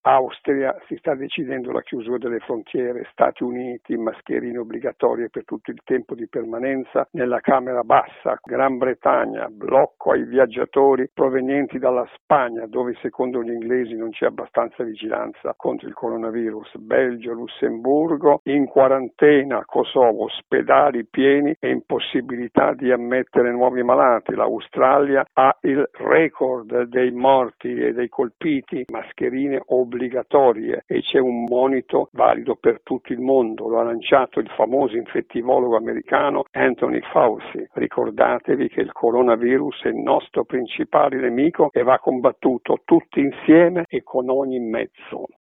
Austria si sta decidendo la chiusura delle frontiere, Stati Uniti, mascherine obbligatorie per tutto il tempo di permanenza nella Camera Bassa, Gran Bretagna, blocco ai viaggiatori provenienti dalla Spagna, dove secondo gli inglesi non c'è abbastanza vigilanza contro il coronavirus, Belgio, Lussemburgo, in quarantena, Kosovo, ospedali pieni e impossibilità di ammettere nuovi malati, l'Australia ha il record dei morti e dei colpiti, mascherine obbligatorie e c'è un monito valido per tutto il mondo, lo ha lanciato il famoso infettivologo americano Anthony Fauci. Ricordatevi che il coronavirus è il nostro principale nemico e va combattuto tutti insieme e con ogni mezzo.